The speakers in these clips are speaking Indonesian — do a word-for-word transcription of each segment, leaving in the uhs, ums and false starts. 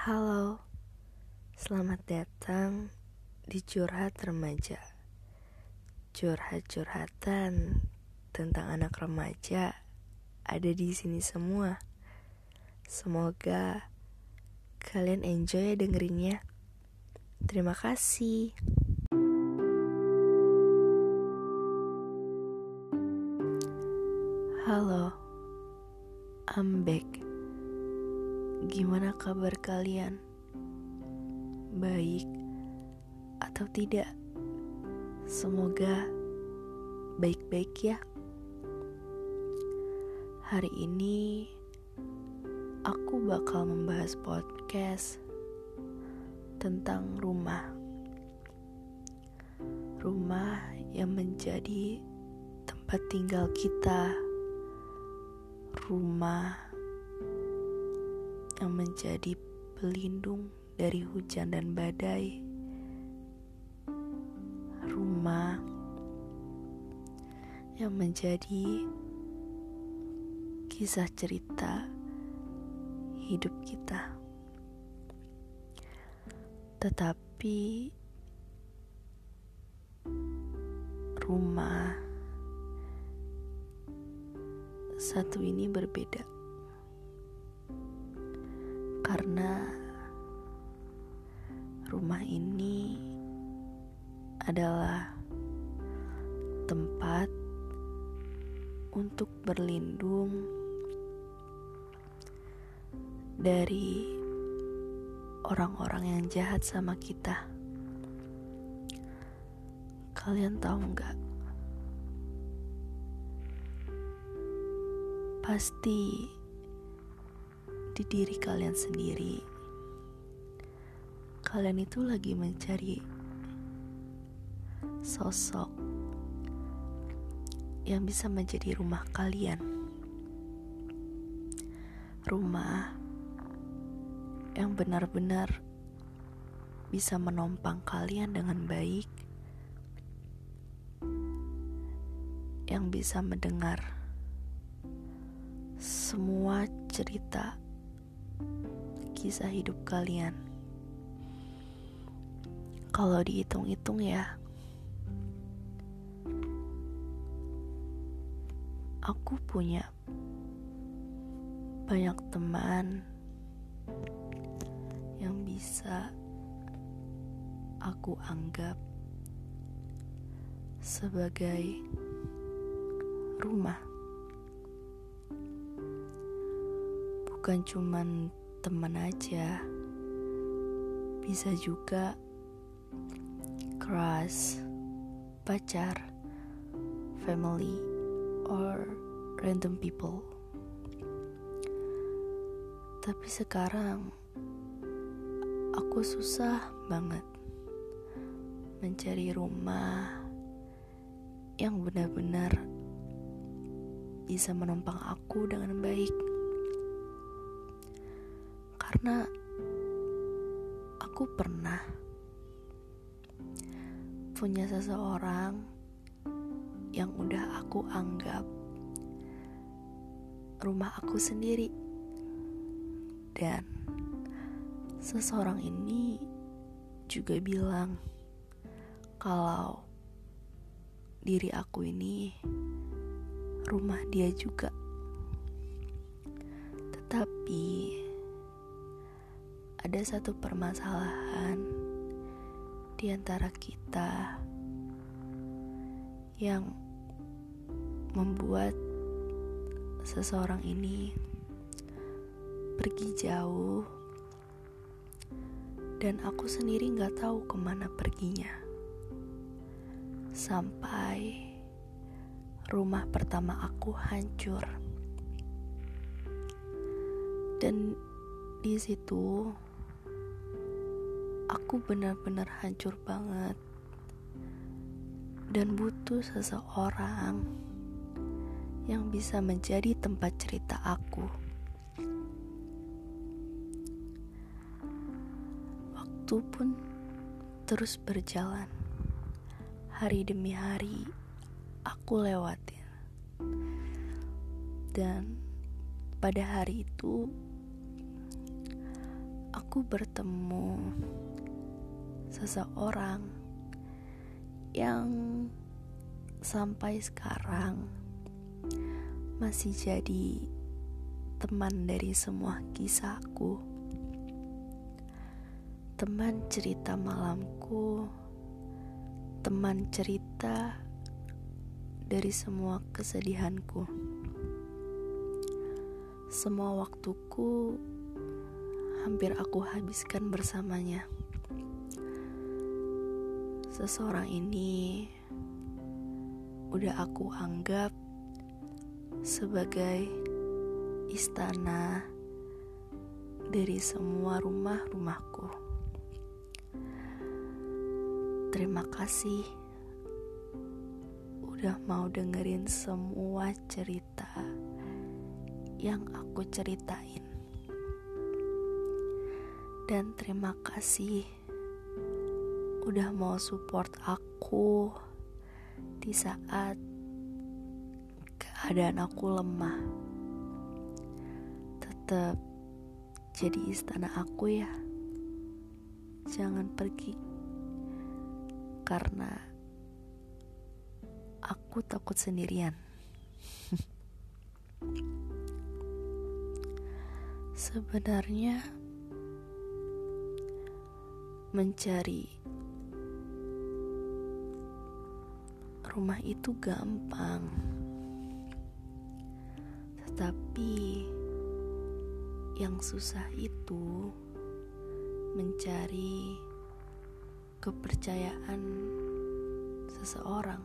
Halo, selamat datang di Curhat Remaja. Curhat-curhatan tentang anak remaja ada di sini semua. Semoga kalian enjoy dengerinnya. Terima kasih. Halo, I'm back. Gimana kabar kalian? Baik atau tidak? Semoga baik-baik ya. Hari ini aku bakal membahas podcast tentang rumah. Rumah yang menjadi tempat tinggal kita. Rumah yang menjadi pelindung dari hujan dan badai. Rumah yang menjadi kisah cerita hidup kita. Tetapi rumah satu ini berbeda. Karena rumah ini adalah tempat untuk berlindung dari orang-orang yang jahat sama kita. Kalian tahu nggak? Pasti di diri kalian sendiri, kalian itu lagi mencari sosok yang bisa menjadi rumah kalian. Rumah yang benar-benar bisa menompang kalian dengan baik, yang bisa mendengar semua cerita kisah hidup kalian. Kalau dihitung-hitung ya, aku punya banyak teman yang bisa aku anggap sebagai rumah. Bukan cuman teman aja, bisa juga crush, pacar, family, or random people. Tapi sekarang aku susah banget mencari rumah yang benar-benar bisa menumpang aku dengan baik. Karena aku pernah punya seseorang yang udah aku anggap rumah aku sendiri. Dan seseorang ini juga bilang kalau diri aku ini rumah dia juga. Tetapi ada satu permasalahan di antara kita yang membuat seseorang ini pergi jauh, dan aku sendiri gak tahu kemana perginya. Sampai rumah pertama aku hancur. Dan di situ aku benar-benar hancur banget dan butuh seseorang yang bisa menjadi tempat cerita aku. Waktu pun terus berjalan. Hari demi hari aku lewatin. Dan pada hari itu aku bertemu seseorang yang sampai sekarang masih jadi teman dari semua kisahku, teman cerita malamku, teman cerita dari semua kesedihanku. Semua waktuku hampir aku habiskan bersamanya. Seseorang ini udah aku anggap sebagai istana dari semua rumah-rumahku. Terima kasih udah mau dengerin semua cerita yang aku ceritain. Dan terima kasih udah mau support aku di saat keadaan aku lemah. Tetap jadi istana aku ya. Jangan pergi, karena aku takut sendirian. Sebenarnya mencari rumah itu gampang, tetapi yang susah itu mencari kepercayaan seseorang.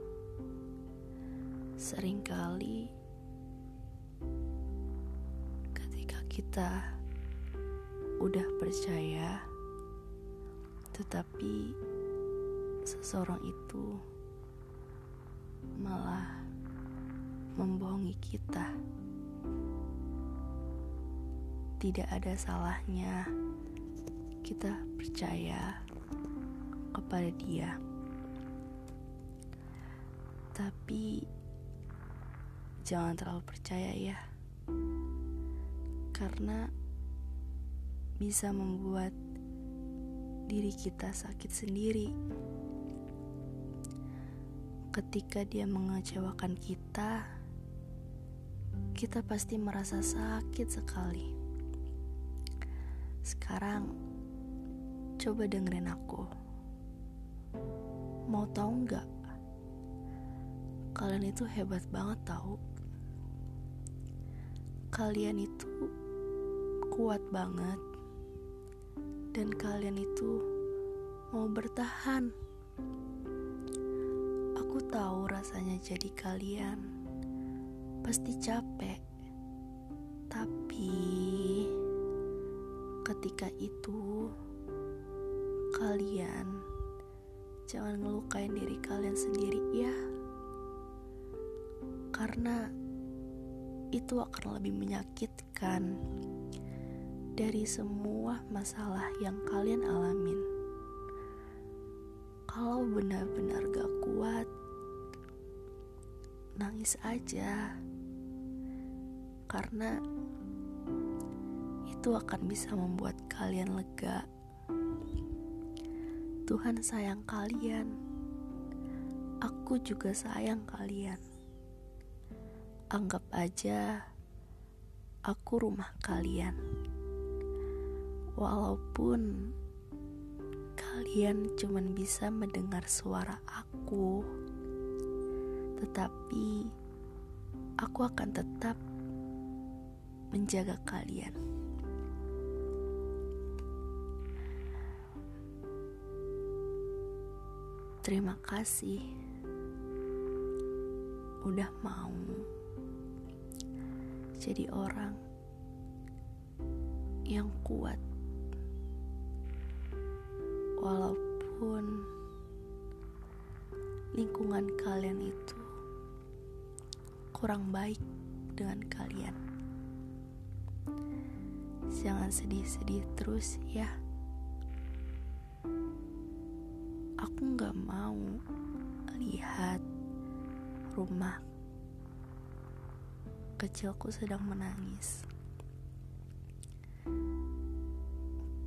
Seringkali ketika kita udah percaya, tetapi seseorang itu malah membohongi kita. Tidak ada salahnya kita percaya kepada dia, tapi jangan terlalu percaya ya, karena bisa membuat diri kita sakit sendiri. Ketika dia mengecewakan kita, kita pasti merasa sakit sekali. Sekarang coba dengerin aku. Mau tahu nggak? Kalian itu hebat banget tahu. Kalian itu kuat banget. Dan kalian itu mau bertahan. Aku tahu rasanya jadi kalian pasti capek. Tapi ketika itu kalian jangan ngelukain diri kalian sendiri ya. Karena itu akan lebih menyakitkan dari semua masalah yang kalian alamin. Kalau benar-benar gak kuat, nangis aja. Karena itu akan bisa membuat kalian lega. Tuhan sayang kalian. Aku juga sayang kalian. Anggap aja aku rumah kalian. Walaupun kalian cuma bisa mendengar suara aku, tetapi aku akan tetap menjaga kalian. Terima kasih udah mau jadi orang yang kuat, walaupun lingkungan kalian itu kurang baik dengan kalian. Jangan sedih-sedih terus ya. Aku gak mau lihat rumah kecilku sedang menangis.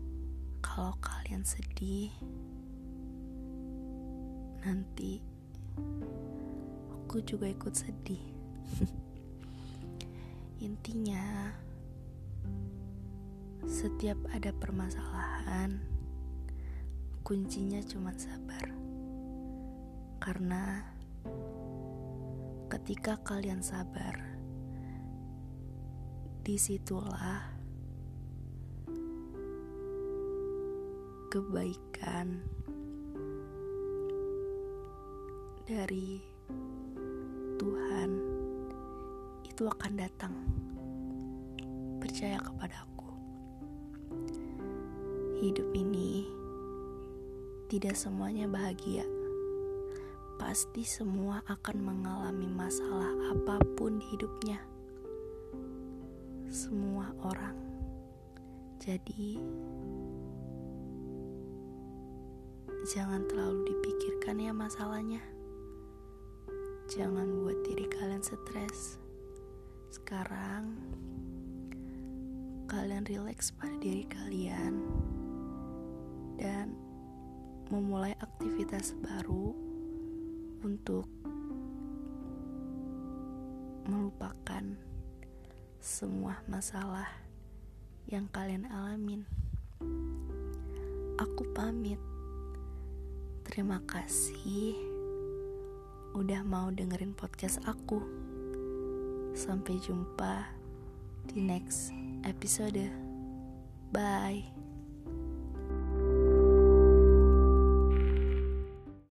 kalau kalian sedih, nanti aku juga ikut sedih. Intinya, setiap ada permasalahan, kuncinya cuma sabar. Karena ketika kalian sabar, disitulah kebaikan dari Tuhan itu akan datang. Percaya kepada aku. Hidup ini tidak semuanya bahagia. Pasti semua akan mengalami masalah apapun di hidupnya. Semua orang. Jadi jangan terlalu dipikirkan ya masalahnya. Jangan buat diri kalian stres. Sekarang kalian rileks pada diri kalian dan memulai aktivitas baru untuk melupakan semua masalah yang kalian alamin. Aku pamit. Terima kasih udah mau dengerin podcast aku. Sampai jumpa di next episode. Bye.